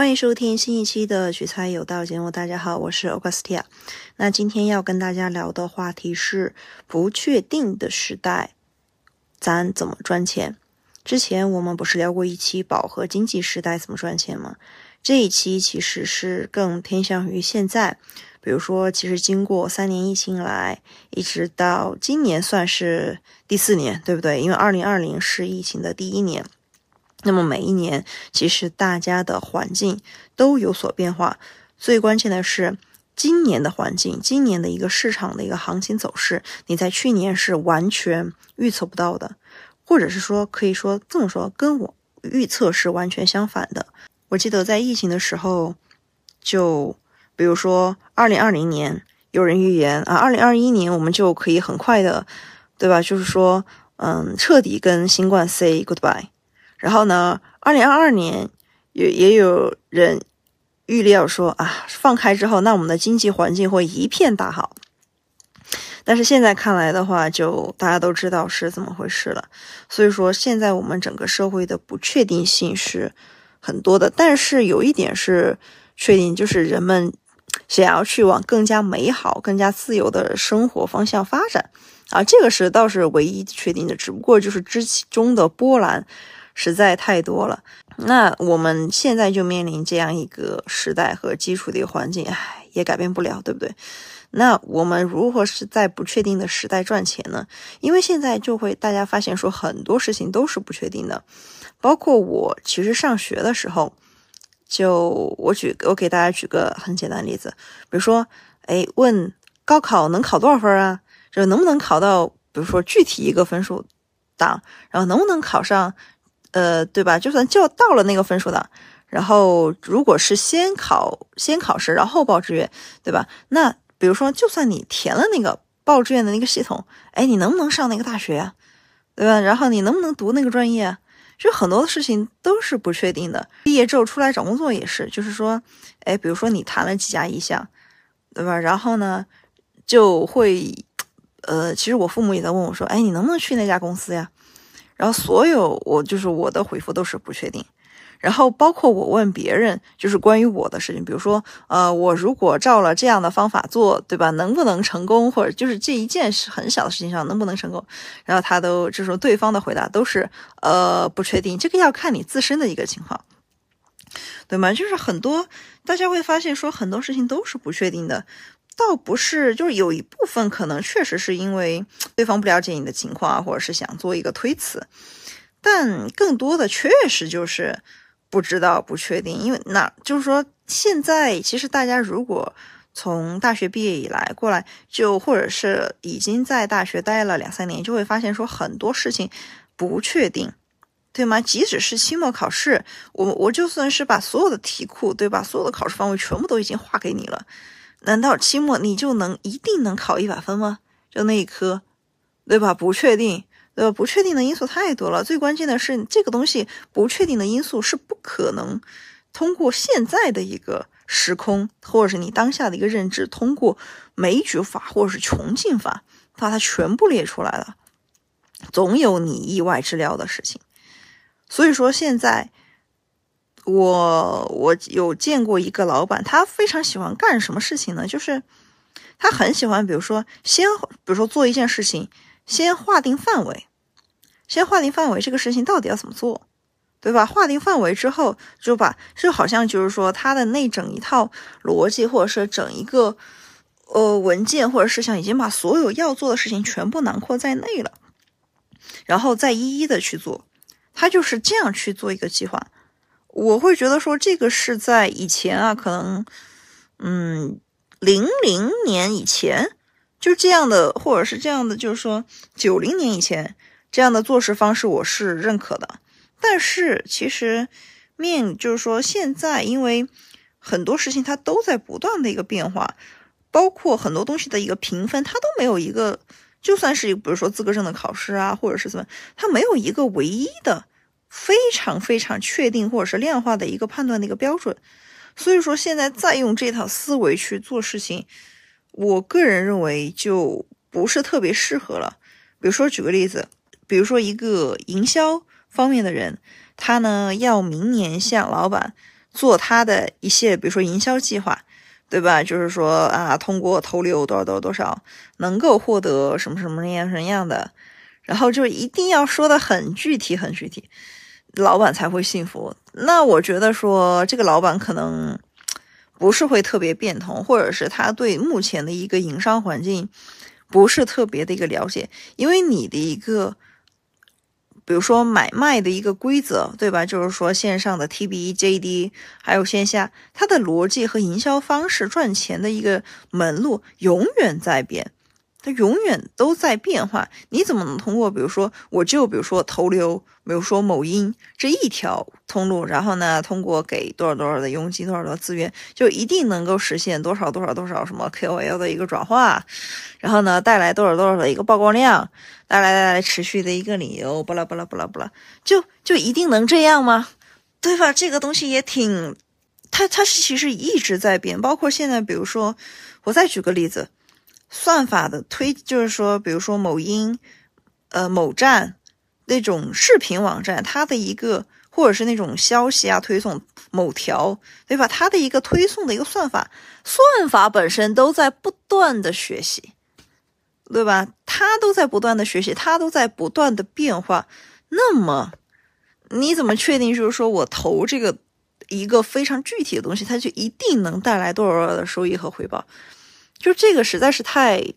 欢迎收听新一期的取材有道节目。大家好，我是 Augustia。那今天要跟大家聊的话题是不确定的时代，咱怎么赚钱？之前我们不是聊过一期饱和经济时代怎么赚钱吗？这一期其实是更偏向于现在，比如说其实经过3年疫情来，一直到今年算是第4年，对不对？因为2020是疫情的第1年。那么每一年其实大家的环境都有所变化，最关键的是今年的环境，今年的一个市场的一个行情走势，你在去年是完全预测不到的，或者是说可以说这么说，跟我预测是完全相反的。我记得在疫情的时候，就比如说2020年有人预言啊，2021年我们就可以很快的，对吧？就是说彻底跟新冠 say goodbye。然后呢，2022年也有人预料说啊，放开之后，那我们的经济环境会一片大好。但是现在看来的话，就大家都知道是怎么回事了。所以说，现在我们整个社会的不确定性是很多的。但是有一点是确定，就是人们想要去往更加美好、更加自由的生活方向发展啊，这个是倒是唯一确定的。只不过就是之中的波澜实在太多了。那我们现在就面临这样一个时代和基础的一个环境，也改变不了，对不对？那我们如何是在不确定的时代赚钱呢？因为现在就会大家发现说很多事情都是不确定的，包括我其实上学的时候，我给大家举个很简单的例子，比如说问高考能考多少分啊？就能不能考到比如说具体一个分数档，然后能不能考上对吧？就算就到了那个分数档，然后如果是先考试，然后报志愿，对吧？那比如说，就算你填了那个报志愿的那个系统，你能不能上那个大学啊？对吧？然后你能不能读那个专业啊？就很多的事情都是不确定的。毕业之后出来找工作也是，就是说，比如说你谈了几家意向，对吧？然后呢，就会，其实我父母也在问我说，你能不能去那家公司呀？然后所有我的回复都是不确定，然后包括我问别人就是关于我的事情，比如说我如果照了这样的方法做，对吧？能不能成功，或者就是这一件事很小的事情上能不能成功？然后他都就是说对方的回答都是不确定，这个要看你自身的一个情况，对吗？就是很多大家会发现说很多事情都是不确定的。倒不是，就是有一部分可能确实是因为对方不了解你的情况啊，或者是想做一个推辞，但更多的确实就是不知道、不确定。因为那就是说，现在其实大家如果从大学毕业以来过来，就或者是已经在大学待了2-3年，就会发现说很多事情不确定，对吗？即使是期末考试，我就算是把所有的题库，对吧？所有的考试方位全部都已经画给你了。难道期末你就一定能考100分吗？就那一科，对吧？不确定，对吧？不确定的因素太多了。最关键的是，这个东西不确定的因素是不可能通过现在的一个时空，或者是你当下的一个认知，通过枚举法或者是穷尽法把它全部列出来了。总有你意外之料的事情。所以说现在我有见过一个老板，他非常喜欢干什么事情呢？就是他很喜欢，比如说做一件事情，先划定范围，这个事情到底要怎么做，对吧？划定范围之后，就好像就是说他的那整一套逻辑，或者是整一个文件或者事项，已经把所有要做的事情全部囊括在内了，然后再一一的去做。他就是这样去做一个计划。我会觉得说这个是在以前啊，可能00年以前就这样的，或者是这样的，就是说90年以前这样的做事方式我是认可的。但是其实就是说现在因为很多事情它都在不断的一个变化，包括很多东西的一个评分，它都没有一个，就算是比如说资格证的考试啊，或者是怎么，它没有一个唯一的非常非常确定或者是量化的一个判断的一个标准。所以说现在再用这套思维去做事情，我个人认为就不是特别适合了。比如说举个例子，比如说一个营销方面的人，他呢要明年向老板做他的一些比如说营销计划，对吧？就是说啊，通过投流多少多少多少，能够获得什么什么样什么样的，然后就一定要说的很具体很具体，老板才会信服。那我觉得说这个老板可能不是会特别变通，或者是他对目前的一个营商环境不是特别的一个了解，因为你的一个比如说买卖的一个规则，对吧？就是说线上的 TB、JD， 还有线下，它的逻辑和营销方式、赚钱的一个门路永远在变，它永远都在变化。你怎么能通过比如说比如说投流，比如说某音这一条通路，然后呢通过给多少多少的佣金、多少多少资源，就一定能够实现多少多少多少什么 KOL 的一个转化，然后呢带来多少多少的一个曝光量，带来持续的一个理由，巴拉巴拉巴拉巴拉，就一定能这样吗？对吧？这个东西也挺，它其实一直在变，包括现在，比如说我再举个例子，算法的就是说，比如说某音、某站那种视频网站，它的一个或者是那种消息啊推送某条，对吧？它的一个推送的一个算法本身都在不断的学习。对吧？它都在不断的学习，它都在不断的变化。那么，你怎么确定就是说我投这个一个非常具体的东西，它就一定能带来多少的收益和回报？就这个实在是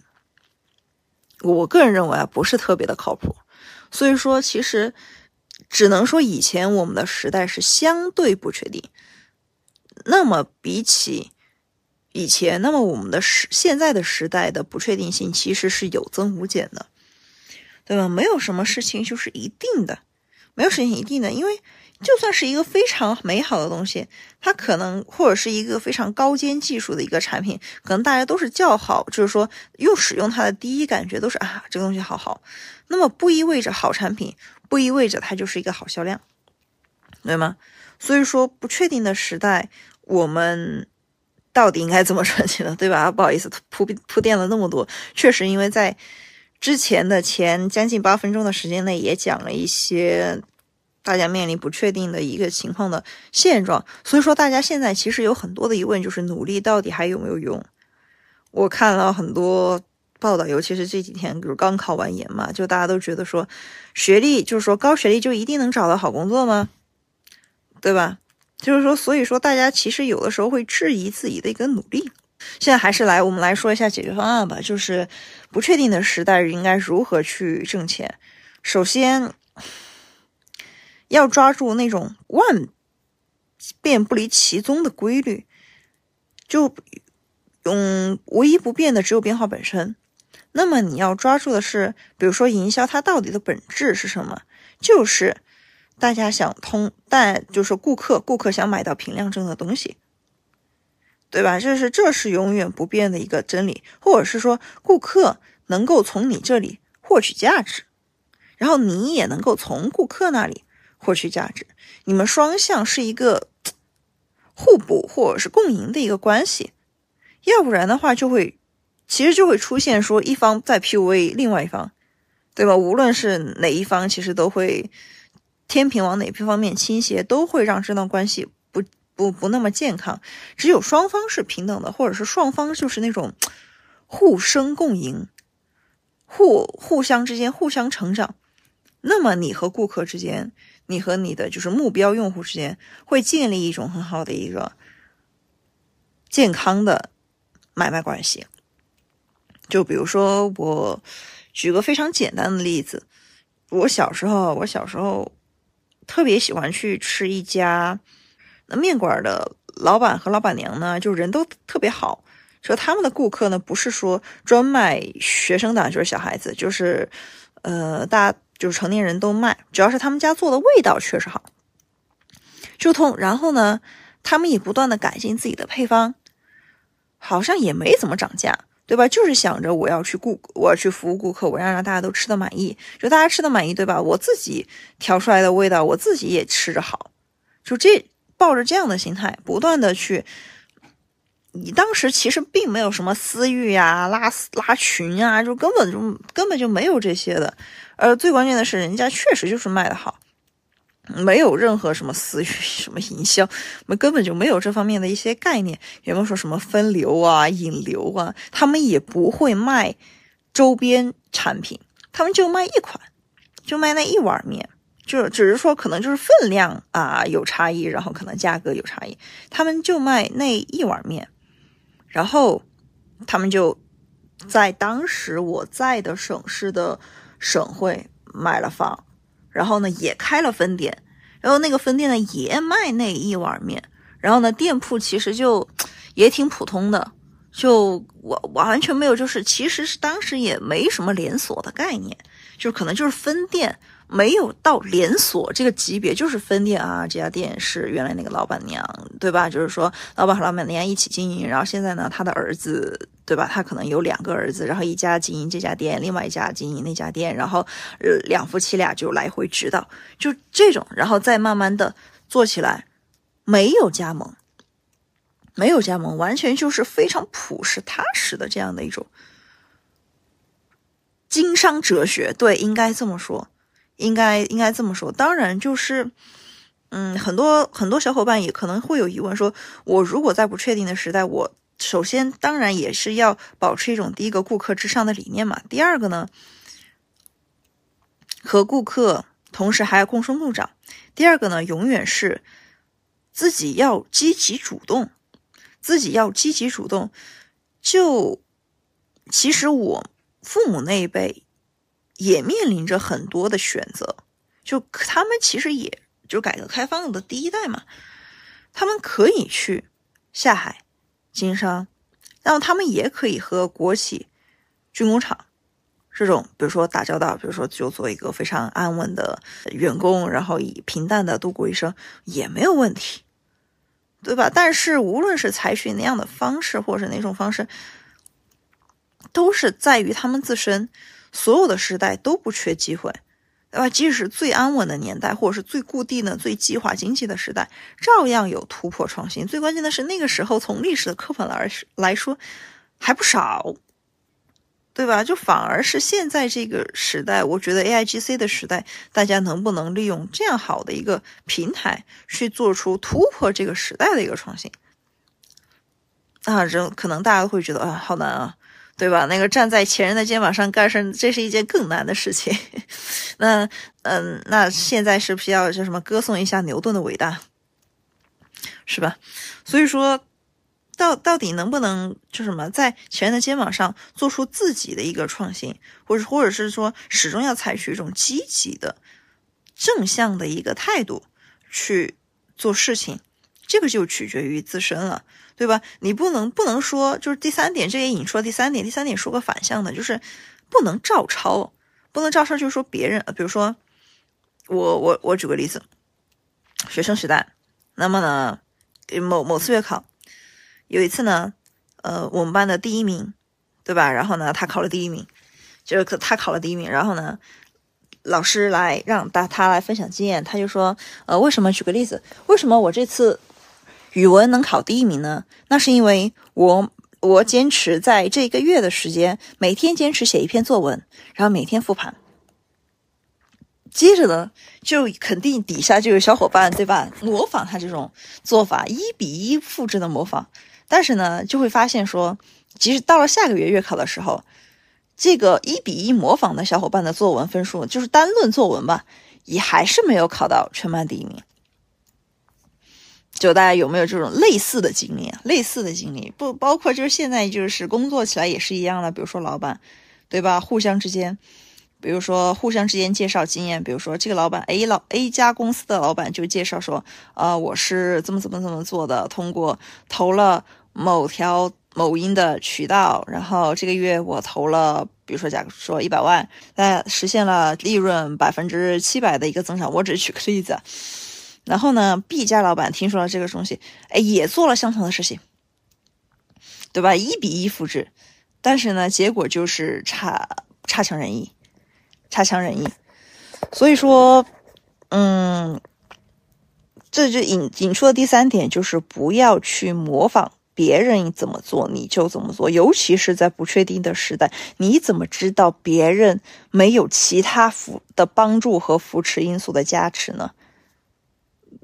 我个人认为啊，不是特别的靠谱。所以说，其实只能说以前我们的时代是相对不确定。那么比起以前，那么我们的现在的时代的不确定性其实是有增无减的，对吧？没有什么事情就是一定的，没有事情一定的，因为就算是一个非常美好的东西，它可能或者是一个非常高尖技术的一个产品，可能大家都是叫好，就是说使用它的第一感觉都是啊，这个东西好好，那么不意味着好产品，不意味着它就是一个好销量，对吗？所以说不确定的时代，我们到底应该怎么赚钱呢？对吧？不好意思，铺垫了那么多，确实因为在之前的将近8分钟的时间内，也讲了一些大家面临不确定的一个情况的现状，所以说大家现在其实有很多的疑问，就是努力到底还有没有用？我看了很多报道，尤其是这几天，比如刚考完研嘛，就大家都觉得说学历，就是说高学历就一定能找到好工作吗？对吧？就是说，所以说大家其实有的时候会质疑自己的一个努力。现在还是我们来说一下解决方案吧。就是不确定的时代应该如何去挣钱。首先，要抓住那种万变不离其宗的规律，就唯一不变的只有变化本身。那么你要抓住的是，比如说营销它到底的本质是什么？就是大家就是顾客想买到平量正的东西，对吧？这是永远不变的一个真理，或者是说顾客能够从你这里获取价值，然后你也能够从顾客那里获取价值，你们双向是一个互补或者是共赢的一个关系。要不然的话其实就会出现说一方在 PUA 另外一方，对吧？无论是哪一方，其实都会天平往哪方面倾斜，都会让这段关系不那么健康。只有双方是平等的，或者是双方就是那种互生共赢，互相之间互相成长，那么你和顾客之间，你和你的就是目标用户之间，会建立一种很好的一个健康的买卖关系。就比如说我举个非常简单的例子，我小时候特别喜欢去吃一家面馆的老板和老板娘呢，就人都特别好。说他们的顾客呢，不是说专卖学生党，就是小孩子，就是大家就是成年人都卖，只要是他们家做的味道确实好，然后呢，他们也不断的改进自己的配方，好像也没怎么涨价，对吧？就是想着我要去服务顾客，我要让大家都吃得满意，就大家吃得满意，对吧？我自己调出来的味道，我自己也吃着好，抱着这样的心态，不断的去。你当时其实并没有什么私欲啊、拉群啊，就根本就没有这些的。最关键的是，人家确实就是卖的好。 没有任何什么私域、什么营销，我们根本就没有这方面的一些概念。有没有说什么分流啊、引流啊？他们也不会卖周边产品，他们就卖一款，就卖那一碗面，就只是说可能就是分量啊有差异，然后可能价格有差异，他们就卖那一碗面，然后他们就在当时我在的省市的省会买了房，然后呢也开了分店，然后那个分店呢也卖那一碗面，然后呢店铺其实就也挺普通的，就我完全没有，就是其实是当时也没什么连锁的概念，就可能就是分店，没有到连锁这个级别，就是分店啊。这家店是原来那个老板娘，对吧？就是说老板和老板娘一起经营，然后现在呢他的儿子，对吧？他可能有2个儿子，然后一家经营这家店，另外一家经营那家店，然后两夫妻俩就来回指导，就这种，然后再慢慢的做起来，没有加盟。没有加盟，完全就是非常朴实踏实的这样的一种经商哲学，对，应该这么说，应该这么说。当然就是很多小伙伴也可能会有疑问，说我如果在不确定的时代，我首先当然也是要保持一种第一个顾客至上的理念嘛，第二个呢和顾客同时还要共生共长，第二个呢永远是自己要积极主动，就其实我父母那一辈也面临着很多的选择，就他们其实也就改革开放的第一代嘛，他们可以去下海经商，然后他们也可以和国企、军工厂这种比如说打交道，比如说就做一个非常安稳的员工，然后以平淡的度过一生也没有问题，对吧？但是无论是采取那样的方式或者哪种方式，都是在于他们自身，所有的时代都不缺机会，对吧？即使是最安稳的年代，或者是最固定的、最计划经济的时代，照样有突破创新。最关键的是那个时候从历史的课本来说还不少，对吧？就反而是现在这个时代，我觉得 AIGC 的时代，大家能不能利用这样好的一个平台去做出突破这个时代的一个创新啊？可能大家会觉得啊，好难啊，对吧？那个站在前人的肩膀上干事，这是一件更难的事情。那现在是不是要叫什么歌颂一下牛顿的伟大，是吧？所以说到底能不能就什么在前人的肩膀上做出自己的一个创新，或者是说始终要采取一种积极的正向的一个态度去做事情，这个就取决于自身了，对吧？你不能说，就是第三点，这也引出了第三点说个反向的，就是不能照抄，就是说别人，比如说我举个例子，学生时代，那么呢某次月考，有一次呢我们班的第一名，对吧？然后呢他考了第一名，然后呢老师来让他来分享经验，他就说为什么，举个例子，为什么我这次语文能考第一名呢？那是因为我坚持在这个月的时间，每天坚持写一篇作文，然后每天复盘。接着呢，就肯定底下就有小伙伴，对吧？模仿他这种做法，1比1复制的模仿。但是呢，就会发现说，即使到了下个月月考的时候，这个1比1模仿的小伙伴的作文分数，就是单论作文吧，也还是没有考到全班第一名。就大家有没有这种类似的经历啊？类似的经历不包括就是现在就是工作起来也是一样的，比如说老板，对吧？互相之间介绍经验，比如说这个老板 A 家公司的老板就介绍说，我是怎么做的，通过投了某条某音的渠道，然后这个月我投了，比如说假如说100万，实现了利润700%的一个增长，我只是举个例子。然后呢 B 家老板听说了这个东西，也做了相同的事情，对吧？1比1复制，但是呢结果就是差强人意。所以说这就引出的第三点，就是不要去模仿别人怎么做你就怎么做，尤其是在不确定的时代，你怎么知道别人没有其他的帮助和扶持因素的加持呢？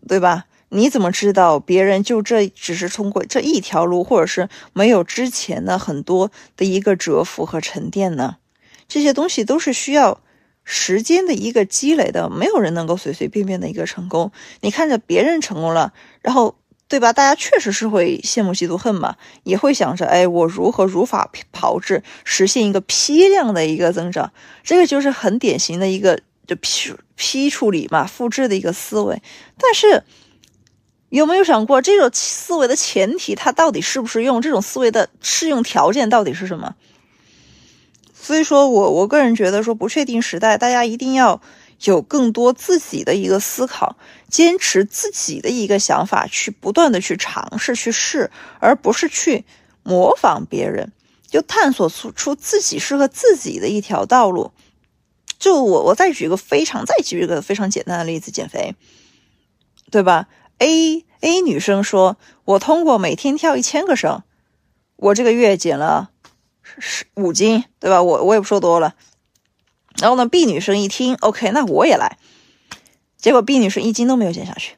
对吧？你怎么知道别人就这只是通过这一条路，或者是没有之前的很多的一个蛰伏和沉淀呢？这些东西都是需要时间的一个积累的，没有人能够随随便便的一个成功。你看着别人成功了，然后对吧？大家确实是会羡慕嫉妒恨嘛，也会想着，哎，我如法炮制，实现一个批量的一个增长。这个就是很典型的一个就批处理嘛，复制的一个思维。但是有没有想过，这种思维的前提，它到底适不适用？这种思维的适用条件到底是什么？所以说我个人觉得说，不确定时代，大家一定要有更多自己的一个思考，坚持自己的一个想法，去不断的去尝试去试，而不是去模仿别人，就探索出自己适合自己的一条道路。就我再举一个非常简单的例子，减肥，对吧？A 女生说，我通过每天跳1000个绳，我这个月减了5斤，对吧？我也不说多了。然后呢 ，B 女生一听 ，OK， 那我也来。结果 B 女生1斤都没有减下去，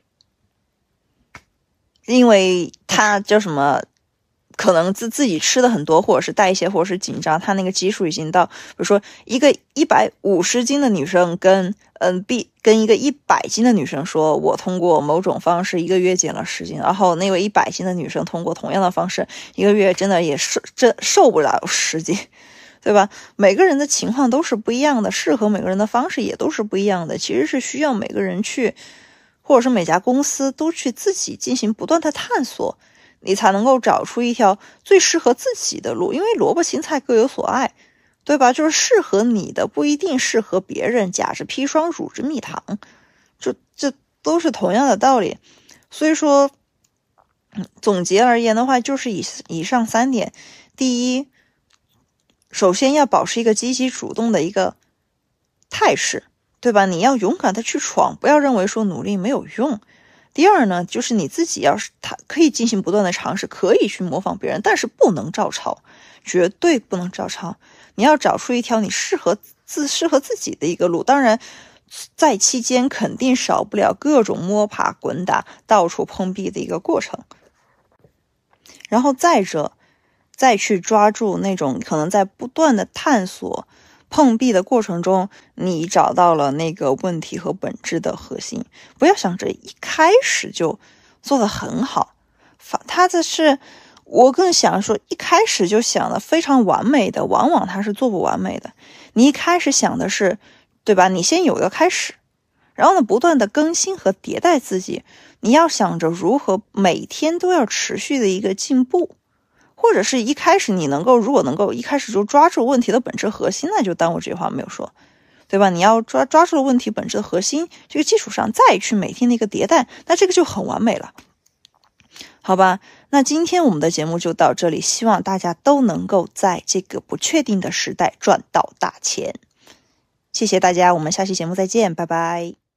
因为她叫什么？可能自己吃的很多，或者是代谢，或者是紧张，她那个基数已经到，比如说一个150斤的女生跟一个100斤的女生说，我通过某种方式1个月减了10斤，然后那位100斤的女生通过同样的方式1个月真的也瘦不了10斤，对吧？每个人的情况都是不一样的，适合每个人的方式也都是不一样的，其实是需要每个人去，或者是每家公司都去自己进行不断的探索，你才能够找出一条最适合自己的路。因为萝卜青菜各有所爱，对吧？就是适合你的不一定适合别人，甲之砒霜，乳之蜜糖，这都是同样的道理。所以说总结而言的话，就是以上3点。第一，首先要保持一个积极主动的一个态势，对吧？你要勇敢的去闯，不要认为说努力没有用。第二呢，就是你自己可以进行不断的尝试，可以去模仿别人，但是不能照抄，绝对不能照抄。你要找出一条你适合自己的一个路，当然在期间肯定少不了各种摸爬滚打、到处碰壁的一个过程。然后再去抓住那种可能在不断的探索碰壁的过程中，你找到了那个问题和本质的核心。不要想着一开始就做得很好，我更想说，一开始就想的非常完美的，往往它是做不完美的。你一开始想的是，对吧？你先有一个开始，然后呢，不断的更新和迭代自己。你要想着如何每天都要持续的一个进步。或者是一开始如果能够一开始就抓住问题的本质核心，那就当我这句话没有说，对吧？你要抓住了问题本质的核心，这个基础上再去每天的一个迭代，那这个就很完美了，好吧？那今天我们的节目就到这里，希望大家都能够在这个不确定的时代赚到大钱。谢谢大家，我们下期节目再见，拜拜。